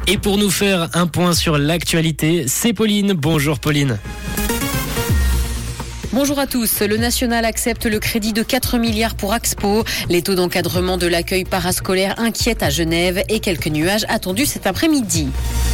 Et pour nous faire un point sur l'actualité, c'est Pauline. Bonjour Pauline. Bonjour à tous. Le National accepte le crédit de 4 milliards pour Axpo. Les taux d'encadrement de l'accueil parascolaire inquiètent à Genève et quelques nuages attendus cet après-midi.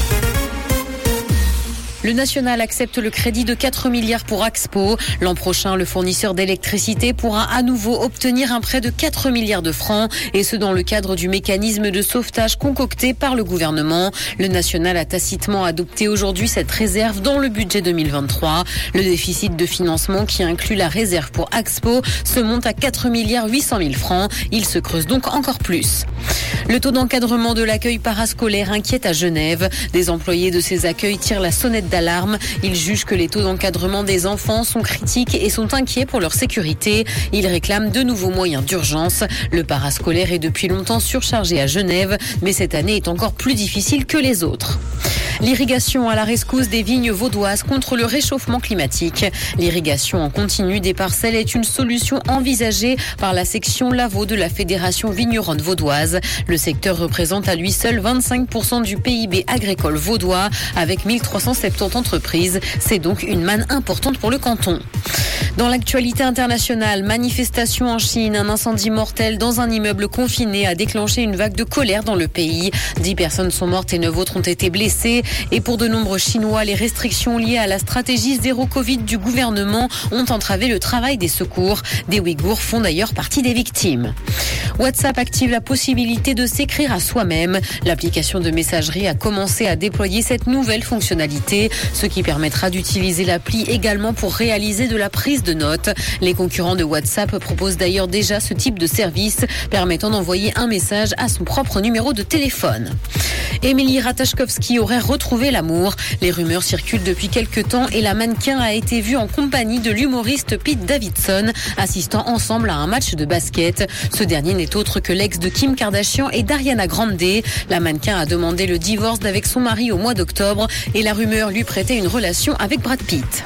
Le National accepte le crédit de 4 milliards pour Axpo. L'an prochain, le fournisseur d'électricité pourra à nouveau obtenir un prêt de 4 milliards de francs, et ce dans le cadre du mécanisme de sauvetage concocté par le gouvernement. Le National a tacitement adopté aujourd'hui cette réserve dans le budget 2023. Le déficit de financement qui inclut la réserve pour Axpo se monte à 4 milliards 800 000 francs. Il se creuse donc encore plus. Le taux d'encadrement de l'accueil parascolaire inquiète à Genève. Des employés de ces accueils tirent la sonnette d'alarme. Ils jugent que les taux d'encadrement des enfants sont critiques et sont inquiets pour leur sécurité. Ils réclament de nouveaux moyens d'urgence. Le parascolaire est depuis longtemps surchargé à Genève, mais cette année est encore plus difficile que les autres. L'irrigation à la rescousse des vignes vaudoises contre le réchauffement climatique. L'irrigation en continu des parcelles est une solution envisagée par la section Lavaux de la Fédération vigneronne vaudoise. Le secteur représente à lui seul 25% du PIB agricole vaudois avec 1370 entreprises. C'est donc une manne importante pour le canton. Dans l'actualité internationale, manifestation en Chine, un incendie mortel dans un immeuble confiné a déclenché une vague de colère dans le pays. 10 personnes sont mortes et 9 autres ont été blessées. Et pour de nombreux Chinois, les restrictions liées à la stratégie zéro Covid du gouvernement ont entravé le travail des secours. Des Ouïghours font d'ailleurs partie des victimes. WhatsApp active la possibilité de s'écrire à soi-même. L'application de messagerie a commencé à déployer cette nouvelle fonctionnalité, ce qui permettra d'utiliser l'appli également pour réaliser de la prise de notes. Les concurrents de WhatsApp proposent d'ailleurs déjà ce type de service, permettant d'envoyer un message à son propre numéro de téléphone. Émilie Ratajkowski aurait retrouvé l'amour. Les rumeurs circulent depuis quelques temps et la mannequin a été vue en compagnie de l'humoriste Pete Davidson, assistant ensemble à un match de basket. Ce dernier n'est autre que l'ex de Kim Kardashian et d'Ariana Grande. La mannequin a demandé le divorce d'avec son mari au mois d'octobre et la rumeur lui prêtait une relation avec Brad Pitt.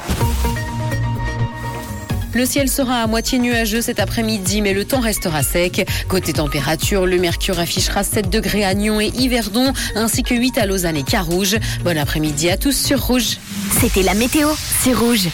Le ciel sera à moitié nuageux cet après-midi, mais le temps restera sec. Côté température, le mercure affichera 7 degrés à Nyon et Yverdon, ainsi que 8 à Lausanne et Carouge. Bon après-midi à tous sur Rouge. C'était la météo, c'est Rouge.